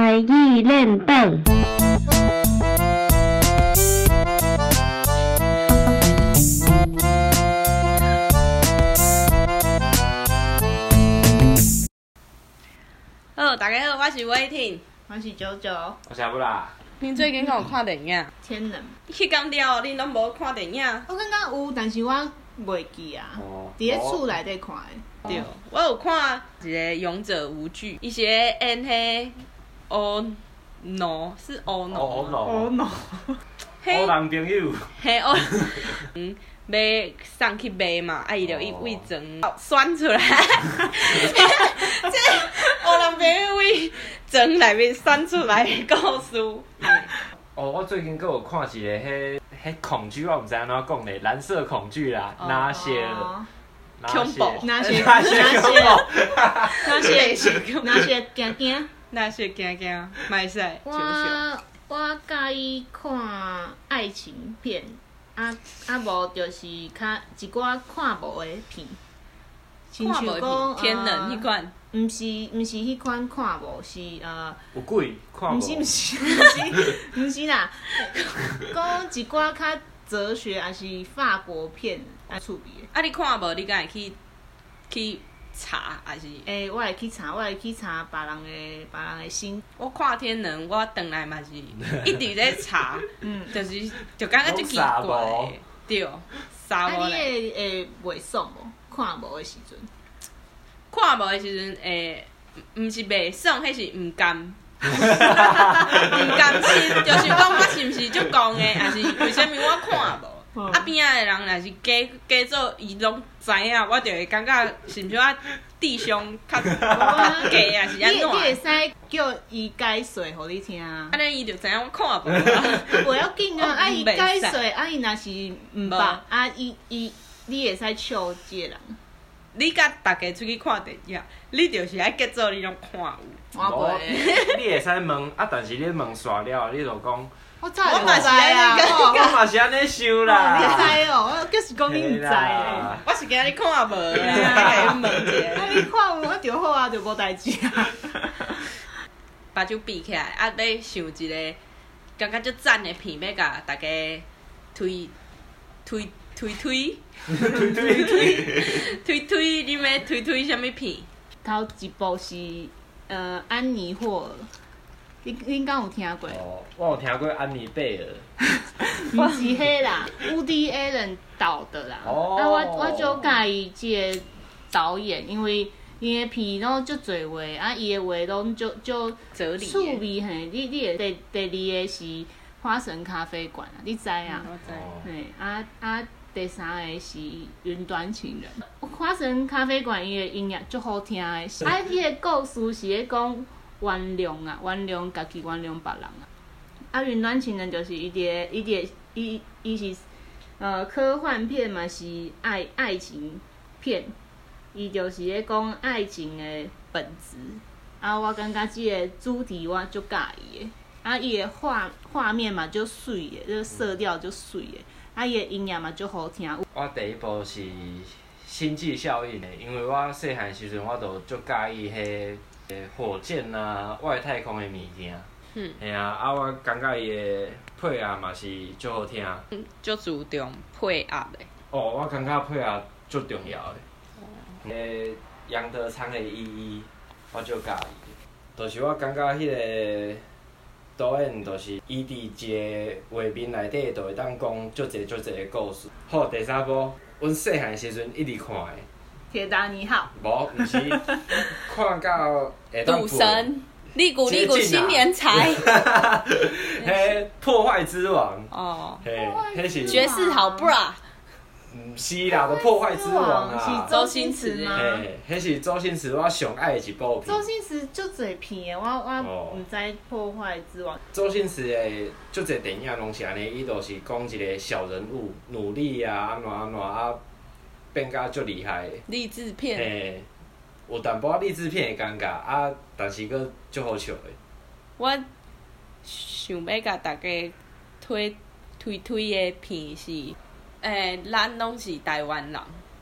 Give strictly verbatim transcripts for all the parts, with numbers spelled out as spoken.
台语练凳。 好，大家好，我是伟霆， 我是九九。 我是阿布拉。 恁最近敢有看电影？ 天能。 迄工了，恁拢无看电影？ 我感觉有，但是我袂记啊。 哦。 伫咧厝内底看的。 对，我有看一个《勇者无惧》，伊是咧演迄欧诺，是欧诺。 哦哦 no。 黑人朋友。 嘿欧。嗯。要送去卖嘛，啊伊就伊为装选出来，这黑人朋友为装内面选出来的故事。 哦，我最近阁有看一个迄迄恐惧，我毋知安怎讲咧，蓝色恐惧啦，那些恐怖， 那些那些恐怖， 那些那些惊惊， 那些惊惊，卖使笑笑。 我我介意看爱情片。啊啊，无就是较一寡看无的片，亲像讲天能迄款， 毋是毋是迄款看无，是呃， 有鬼看无， 毋是毋是毋是毋是啦，讲一寡较哲学还是法国片啊，趣味的。 啊，你看无？你敢会去去查还是？ 诶、欸，我会去查，我会去查别人的别人的心。 我看天能，我转来嘛是一直在查，嗯，就是就感觉足奇怪的，对，沙无咧。 啊，你会会袂爽无？看无的时阵， 看无的时阵，诶，毋是袂爽，迄是毋甘，毋甘心，就是讲我是毋是足戆的，还是为虾米我看无？啊边仔的人若是假假做伊拢知影，我就会感觉是毋是我弟兄较较假啊，是安怎？ 你你会使叫伊解说互你听啊。 安尼伊就知影我看无啊。 袂要紧啊，啊伊解说，啊伊若是毋捌，啊伊伊你会使笑即个人。 你甲大家出去看电影，你就是爱假做你拢看有。 我袂。 你会使问，啊，但是你问煞了，你就讲。 我早就知啊， 我嘛是安尼想啦。 你知哦，我就是讲你毋知咧。 我是惊你看无啦，甲伊问者。 啊，你看有我就好啊，就无代志啊。 把酒闭起来，啊，要想一个感觉足赞的片，要甲大家推推推推推推推推，你要推推啥物片？ 头一部是呃安妮霍尔。你恁敢有听过？ 哦，我有听过安妮贝尔。 毋是迄啦，乌迪艾伦导的啦。哦。啊，我我就介意即个导演，因为伊的片拢足侪话，啊，伊的话拢足足趣味嘿。你你的第第二个是花神咖啡馆啊，你知啊？ 我知。 嘿，啊啊，第三个是云端情人。花神咖啡馆伊的音乐足好听的，啊，伊的故事是咧讲。原谅啊，原谅家己，原谅别人啊。啊，云端情人就是伊伫伊伫伊伊是呃科幻片嘛，是爱爱情片，伊就是咧讲爱情的本质。啊，我感觉即个主题我足介意的。啊，伊的画画面嘛足水的，这个色调足水的。啊，伊的音乐嘛足好听。 我第一部是《星际效应》的，因为我细汉时阵我就足介意迄。火箭啊，外太空的物件，嗯，嘿啊，啊，我感觉伊的配乐嘛是足好听， 嗯，足注重配乐的。 哦，我感觉配乐足重要的。哦。诶，杨德昌的意义，我足介意。就是我感觉迄个导演，就是伊伫一个画面内底，就会当讲足侪足侪的故事。好，第三部，阮细汉时阵一直看的。 铁达尼号。 无，毋是，看到会当赌神，利古利古新年财。 迄破坏之王。 哦。 嘿，迄是。 绝世好 bra。 毋是啦，都破坏之王啊。 是周星驰吗？ 嘿，迄是周星驰我上爱的一部片。 周星驰足侪片的，我我毋知破坏之王。 周星驰的足侪电影拢是安尼，伊就是讲一个小人物努力啊，安怎安怎啊。变甲足厉害的励志片， 嘿，有淡薄仔励志片的感觉啊，但是佫足好笑的。 我想要甲大家推推推的片是，诶、欸，咱拢是台湾人，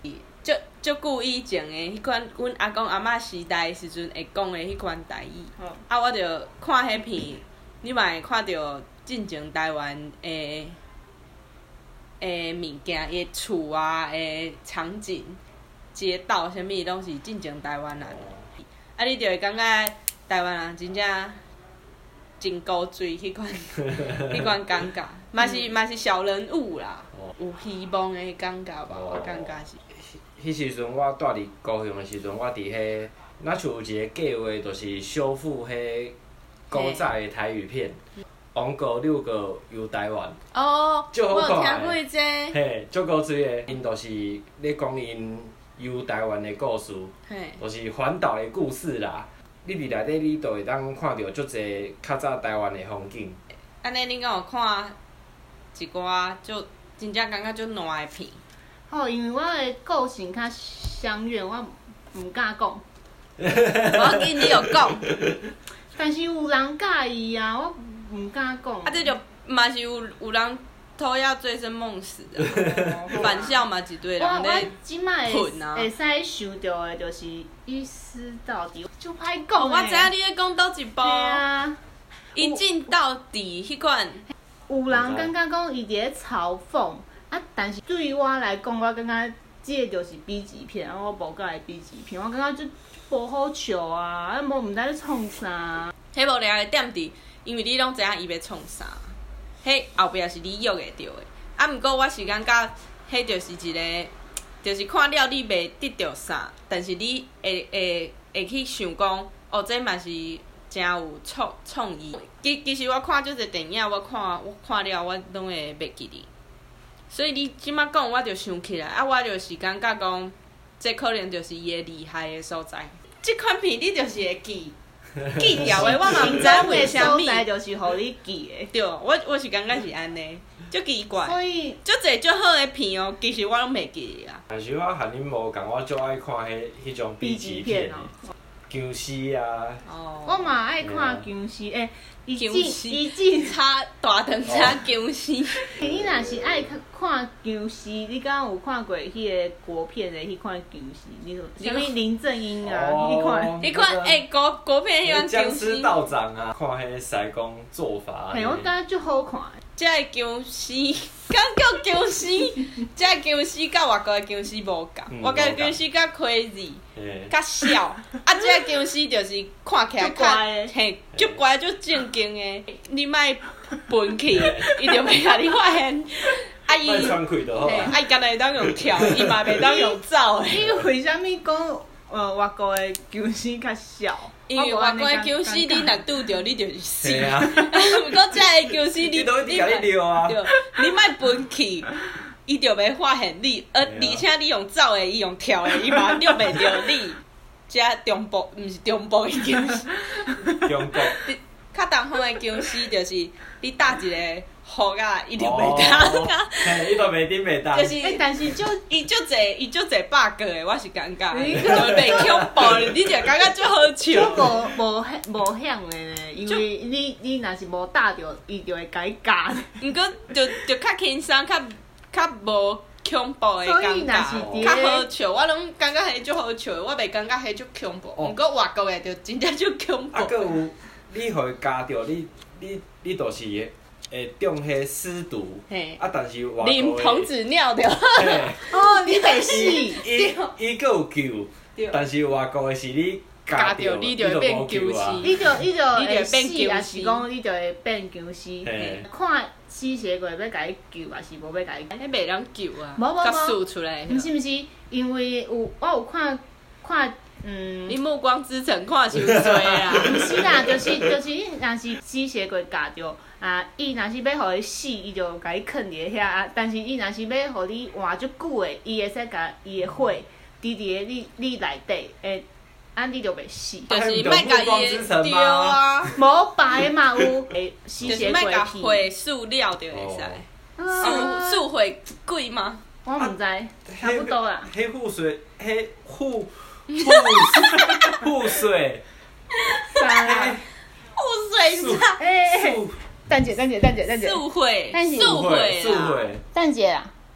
足足久以前诶，迄款阮阿公阿嬷时代时阵会讲诶迄款台语。 哦啊，我着看迄片，你嘛会看到进前台湾诶诶物件，伊厝啊，诶场景、街道，啥物拢是进前台湾人。啊，你着会感觉台湾人真正真古锥，迄款迄款感觉，嘛是嘛是小人物啦，有希望诶感觉吧，我感觉是。 迄时阵我住伫高雄诶时阵，我伫迄，咱厝有一个计划，就是修复迄古早诶台语片，王国六个游台湾。 哦， 足好我有看听过这个。 嘿，足古锥诶，因就是咧讲因游台湾诶故事， 嘿。 就是环岛诶故事啦。你伫内底，你就会当看到足侪较早台湾诶风景。 安尼，恁敢有看一寡就真正感觉足烂诶片？ 哦，因为我的个性较相远，我毋敢讲。 我紧你有讲， 但是有人介意啊，我毋敢讲。 啊，这就嘛是有有人偷要醉生梦死的，返校嘛一堆我我人咧即摆困啊。 会使想到的，就是医师到底就歹讲哦，我知影你咧讲倒一部。 对啊， 一镜到底迄款。 有人感觉讲伊伫咧嘲讽。啊！但是对于我来讲，我感觉这个就是 B 级片，啊，我无过来 B 级片，我感觉就无好笑啊，啊，无毋知咧创啥。 迄无聊的点伫，因为你拢知影伊要创啥，迄后壁是你约会着的。啊，毋过我是感觉，迄就是一个，就是看了你袂得到啥，但是你会会会去想讲，哦，这嘛是真有创创意。其其实我看即个电影，我看我看了，我拢会袂记哩。所以你即摆讲，我就想起来，啊，我就是感觉讲，这可能就是伊个厉害的所在。即款片你就是会记，记掉的，我嘛毋知为虾米。 所在就是互你记的。 对，我我是感觉是安尼，足奇怪。 所以， 足侪足好的片哦，其实我拢袂记啊。 但是我和恁无共，我足爱看迄迄种 B 级片的，僵尸啊。 哦。 我嘛爱看僵尸，诶，伊僵进尸伊进。 插大肠插僵尸。 你若是爱看僵尸，你敢有看过迄个国片的迄款僵尸？你什么林正英啊？迄款？ 迄款诶，国国片迄款僵尸。 僵尸道长啊，看迄西宫做法。 嘿，我感觉足好看。 这个僵尸，敢叫僵尸？这个僵尸甲外国的僵尸无共，外国的僵尸较 crazy， 较小。啊，这个僵尸就是看起来较嘿，足乖足正经的。你莫分去，伊就袂甲你发现。啊伊，嘿，啊伊干那会当用跳，伊嘛袂当用走的。 你为虾米讲呃外国的僵尸较小？ 因为外国的僵尸，你若拄着，你就是死。 是啊。 毋过这个僵尸，你你都一直甲你撩啊。 对，你莫分去，伊就袂发现你，而而且你用走的，伊用跳的，伊嘛撩袂着你。这中部毋是中部的僵尸。 中国。 较东方的僵尸就是你搭一个雨啊，伊就袂当啊。 嘿，伊就袂顶袂当。 就是， 但是就伊足侪，伊足侪 bug 的，我是感觉，就袂恐怖，你就感觉足好笑。 无无无响的呢，因为你你若是无搭着，伊就会甲你夹。 毋过就就较轻松，较较无恐怖的感觉，较好笑。我拢感觉迄足好笑的，我袂感觉迄足恐怖。毋过外国的就真正足恐怖。 啊，佮有你互伊夹着，你你你就是会中迄尸毒，啊，但是外国啉童子尿着。 哦，你袂死。 伊伊佮有救，但是外国的是你夹着， 你就会变僵尸。 你就你就会死，也是讲你就会变僵尸。看吸血鬼要甲你救，还是无要甲你？ 迄袂当救啊， 无无无， 甲输出来。 毋是毋是，因为有我有看看。嗯， 你暮光之城看伤多啦， 毋是啦，就是就是你若是吸血鬼夹着啊，伊若是要互伊死，伊就甲你囥伫遐啊。但是伊若是要互你活足久的，伊会使甲伊的火滴伫咧你你内底，诶，啊你就袂死。 就是莫甲伊的丢啊， 无白嘛有诶吸血鬼就是莫甲火塑料就会使，塑塑火鬼吗？ 我毋知，差不多啦。 迄护水，迄护。护护水， 啥？ 护水啥？ 哎，蛋姐，蛋姐，蛋姐，蛋姐。 素会， 蛋姐， 素会， 素会。 蛋姐啦。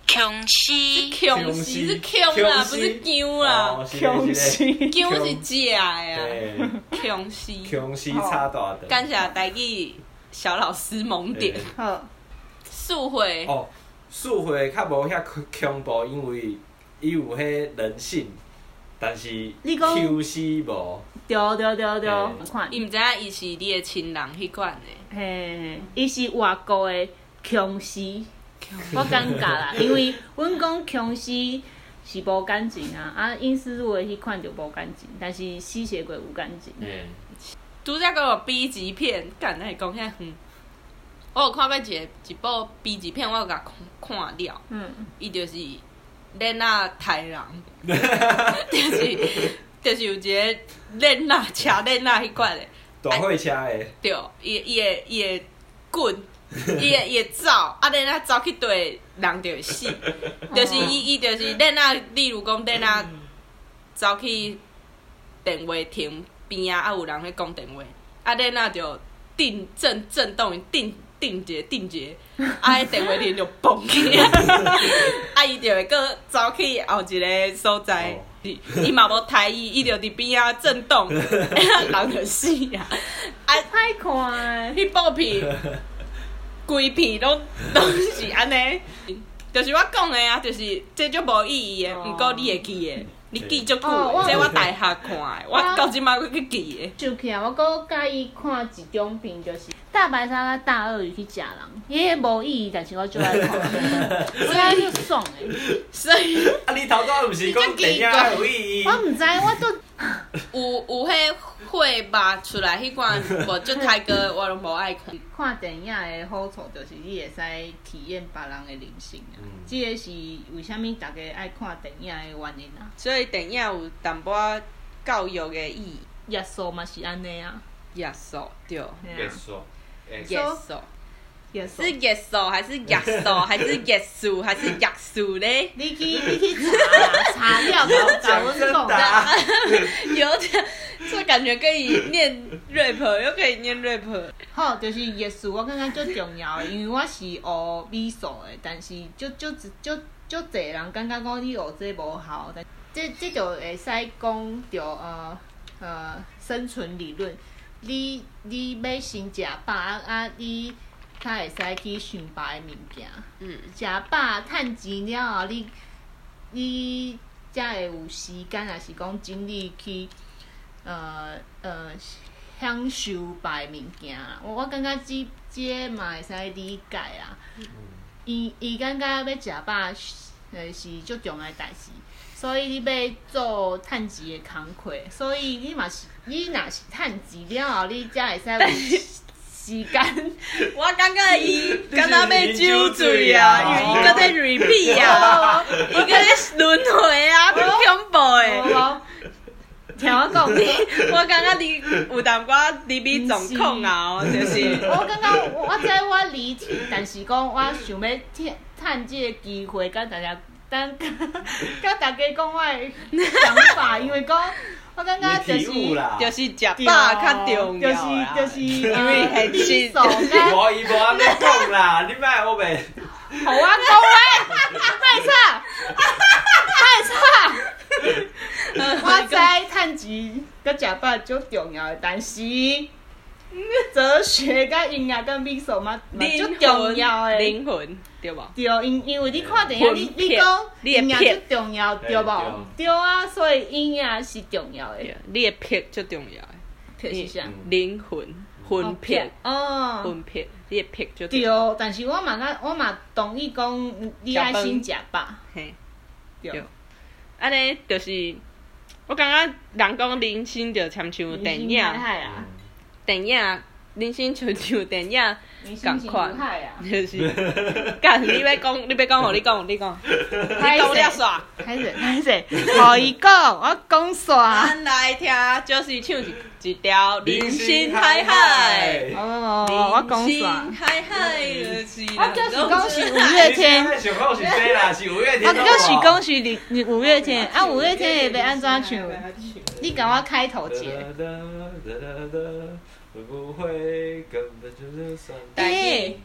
强西，强西是强啦，不是姜啦。 强西， 姜是食的啊。强西， 强西差大的。 感谢台语小老师蒙点。 好， 素会。 哦，素会较无遐恐怖，因为伊有迄人性，但是 Q C 无。 对对对对，看。 伊毋知影伊是你的亲人迄款的。 嘿，伊是外国的强西。我尴尬啦，因为阮讲强西是无干净啊，啊因思路的迄款就无干净，但是吸血鬼有干净。 嗯。 拄则个 B 级片，干那讲遐远。我有看过一个一部 B 级片，我有甲看了。嗯。伊就是莲娜太郎，就是就是有一个莲娜车莲娜迄款的。 大货车的。对， 伊伊会伊会滚。伊会伊会走，啊，恁啊走去对人就会死，就是伊伊就是恁啊，例如讲恁啊走去电话亭边啊，啊有人咧讲电话，啊恁啊就定震震动，定定一个定一个，啊迄电话亭就崩起，啊伊就会搁走去后一个所在，伊嘛无台语，伊就伫边啊震动，人就死啊，啊歹看迄部片。规片拢拢是安尼，就是我讲的啊，就是这就无意义的，毋过你会记的，你记足久的，这我大学看的，我到即摆佫去记的。 想起来，我佫介意看一种片，就是大白鲨甲大鳄鱼去食人，伊迄无意义，但是我最爱看，我感觉就爽诶。 所以啊，你头拄毋是讲电影有意义？ 我毋知，我都有有迄血肉出来迄款，无足泰哥我拢无爱看。 看电影的好处就是你会使体验别人的人性啊，嗯、这个是为虾米大家爱看电影的原因啊。 所以电影有淡薄教育的意义。 耶稣嘛是安尼啊。 耶稣对。 耶稣。 耶稣。是耶稣还是耶稣还是耶稣还是耶稣咧？ 你去你去查查料搞搞阮讲的， 有点，这感觉可以念 rap， 又可以念 rap。 好，就是耶稣，我感觉最重要的，因为我是学美术的，但是就就就就侪人感觉讲你学这无效，但这这就会使讲着呃呃生存理论。你你要先食饱啊啊你。他会使去想别的物件，嗯，食饱趁钱了后，你你才会有时间，也是讲精力去呃呃享受别的物件。我我感觉这这嘛会使理解啊。伊伊感觉要食饱，呃是足重要的代志，所以你要做趁钱的工课，所以你嘛是你若是趁钱了后，你才会使有。时间， 我感觉伊敢若要酒醉啊，因为伊搁在 repeat 啊，伊搁在轮回啊，足恐怖的。 听我讲，你我感觉你有淡薄你比总控啊，就是。 我感觉我知我离题，但是讲我想要趁趁这个机会，甲大家等，甲大家讲我的想法，因为讲。我感觉就是就是食饱较重要啦， 就是就是因为现实。 无伊无安尼讲啦，你莫我袂。 互我讲话，卖吵，卖吵。我知趁钱甲食饱足重要的，但是哲学、甲音乐、甲美术嘛，嘛足重要的。 灵魂。对无？ 对，因因为你看电影，你你讲音乐最重要，对无？对啊，所以音乐是重要的。 你的癖最重要的。 癖是啥？ 灵魂，魂癖。 哦。 魂癖，你的癖最重要。 对，但是我嘛那我嘛同意讲，你爱先食饱。 嘿。对。安尼就是，我感觉人讲人生就亲像电影。电影。人生就像电影共款，就是，干你要讲，你要讲，互你讲，你讲，你讲了煞， 歹势歹势，互伊讲，我讲煞。 咱来听，就是唱一一条《人生海海》。 哦，我讲煞。 人生海海， 我就是讲是五月天。 想讲是这啦，是五月天。 我就是讲是你五月天，啊五月天会要安怎唱？你甲我开头节。会不会根本就是算？ 台语，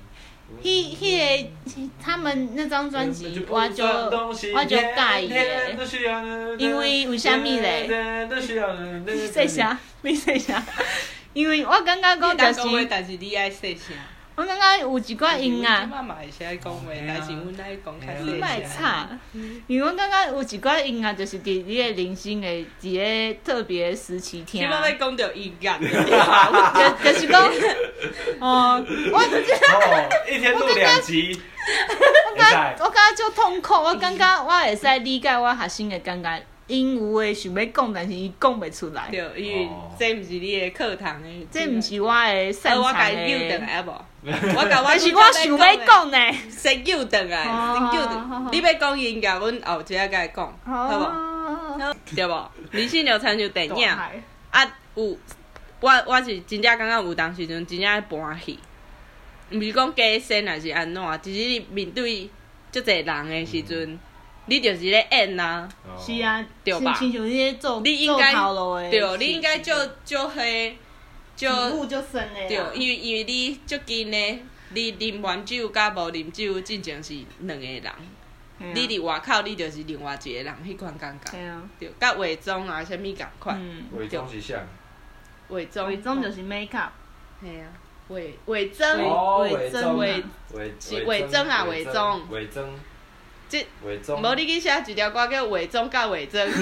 迄迄个他们那张专辑，我就我就介意的，因为为虾米咧？说啥？你说啥？因为我感觉讲就是， 但是你爱说啥？ 我感觉有一寡音乐， 即摆嘛会使讲话，但是阮爱讲较细。 你莫吵，因为我感觉有一寡音乐就是伫你的人生的一个特别时期听。 即摆要讲到音乐， 就就是讲，哦，我哦，一天录两集。 我感我感觉足痛苦，我感觉我会使理解我学生的感觉。因有诶想要讲，但是伊讲袂出来。 对，因为这毋是你诶课堂诶， 这毋是我诶擅长诶。 我甲伊扭转来无？我甲我但是我想要讲呢， 先扭转来，先扭转。你要讲音乐，阮后一下甲伊讲，好无？对无？理性流参像电影，啊有我我是真正感觉有当时阵真正搬戏，毋是讲假sen还是安怎，只是你面对足侪人诶时阵。你就是咧演呐， 是啊， 对吧？ 亲像你咧做做头路诶， 对，你应该就就迄就体悟就深诶。 对，因为因为你足近咧，你啉完酒甲无啉酒，进前是两个人。你伫外口，你就是另外一个人，迄款感觉。对，甲伪装啊，啥物共款。 伪装是啥？ 伪装。 伪装就是 make up。 嘿啊，伪伪装。 伪装。 伪是伪装啊，伪装。 伪装。 即， 无你去写一条歌叫伪装甲伪装，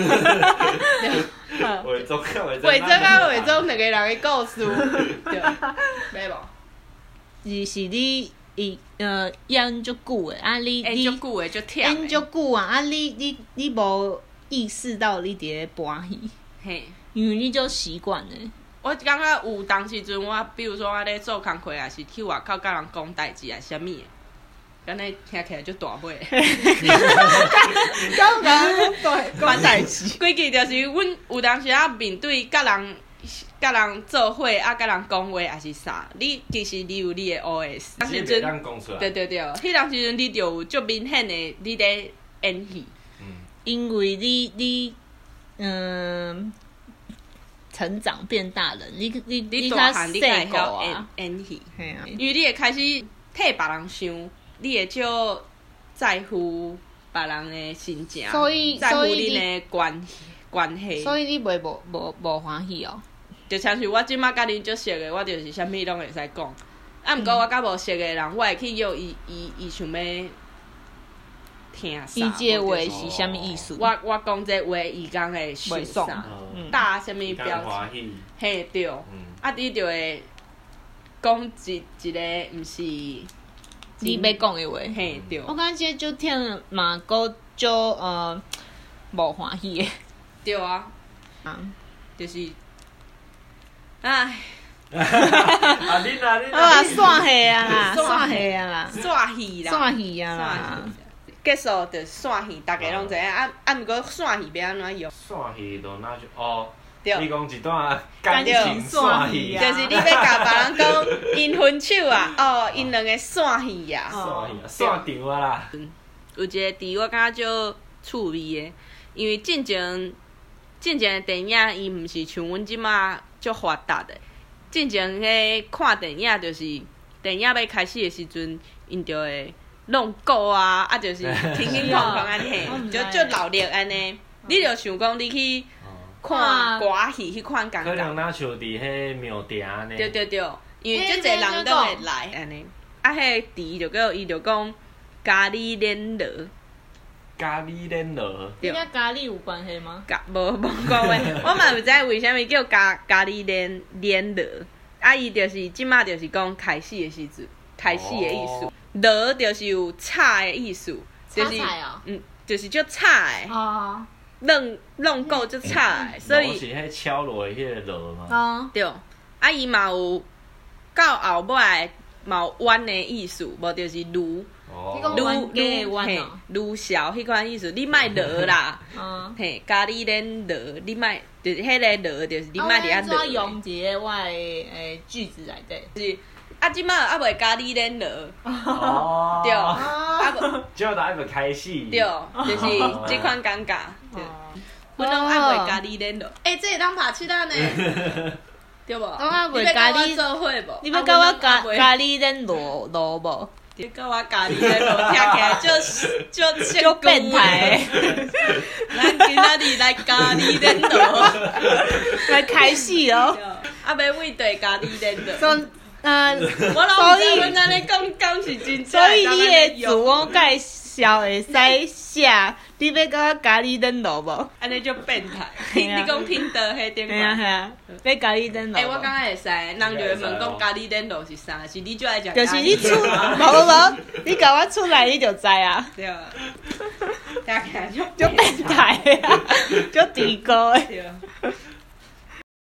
伪装甲伪装， 伪装甲伪装两个人的故事，对，买无？ 是是你伊呃演足久诶，啊你你演足久诶，足忝演足久啊，啊你你你无意识到你伫咧搬戏， 嘿， 因为你就习惯诶。 我感觉有当时阵，我比如说我咧做工课，也是去外口甲人讲代志啊，啥物诶。敢若听起来就大尾， 讲讲讲代志， 规矩就是阮有当时啊面对甲人甲人做伙啊，甲人讲话也是啥，你其实你有你的 O S。 当时阵， 对对对，迄当时阵你就有足明显的你咧演戏， 嗯，因为你你嗯成长变大人，你你你较细个啊， 演戏， 系啊， 因为你会开始替别人想。你会少在乎别人的心情， 所以在乎恁的关关系。 所以你袂无无无欢喜哦。 就像是我即摆甲恁足熟的，我就是啥物拢会使讲。啊，毋过我甲无熟的人，我会去约伊伊伊想要听啥。 伊即个话是啥物意思？ 我我讲这话，伊讲会想啥？搭啥物标题？嘿，对。啊，你就会讲一一个毋是。 你要讲的话， 嘿对， 我感觉就听嘛，个就呃无欢喜的。 对啊，啊，就是，唉，啊恁啊恁啊，散戏啊啦，散戏啊啦， 散戏啦， 散戏啊啦， 结束就散戏，大家拢知影。啊啊，毋过散戏要安怎用？ 散戏就那就哦。 对， 你讲一段感情散戏啊，就是你要甲别人讲因分手啊，哦，因两个散戏啊， 散戏啊，散场啊啦。 有一个字我感觉足趣味的，因为进前进前的电影，伊毋是像阮即马足发达的。进前迄看电影就是电影要开始的时阵，因就会弄鼓啊，啊就是轻轻狂狂安尼，就足热烈安尼。你就想讲你去。看歌戏迄款感觉， 可能咱像伫迄庙埕呢。 对对对，因为足侪人都会来安尼。啊，迄字就叫伊就讲咖喱莲螺。 咖喱莲螺。 跟咖喱有关系吗？ 咖无无关话，我嘛毋知为虾米叫咖咖喱莲莲螺。啊，伊就是即马就是讲开始的时阵，开始的意思。螺就是有炒的意思，就是嗯，就是足炒的。哦。弄弄够就差的，所以是迄敲落的迄个螺嘛。 哦， 对，啊伊嘛有到后尾嘛有弯的意思，无就是撸， 撸撸嘿撸小迄款意思，你莫螺啦，嘿咖喱莲螺，你莫就是迄个螺就是你莫伫遐螺。 我用一个我的诶句子内底。 是。啊，即摆还袂咖喱莲螺， 哦， 对，啊无，即摆还袂开始， 对，就是即款感觉，对，阮拢还袂咖喱莲螺，诶，这会当拍七仔呢，对无？ 我还袂咖喱做伙无？ 你要甲我咖咖喱莲螺螺无？ 你跟我咖喱的路听起来就就就变态。 咱今仔日来咖喱的路， 来开戏哦。 啊，要为对咖喱的路。 所呃， 我老唔知阮安尼讲讲是真正。 所以你的自我介绍会使写，你要甲我咖喱灯笼无？ 安尼就变态。你讲听到迄顶系啊系啊，要咖喱灯笼。 诶，我感觉会使，人就会问讲咖喱灯笼是啥，是你就爱食。 就是你出，无无无，你甲我出来你就知啊。 对啊。听起来就就变态啊，就低估诶。 对。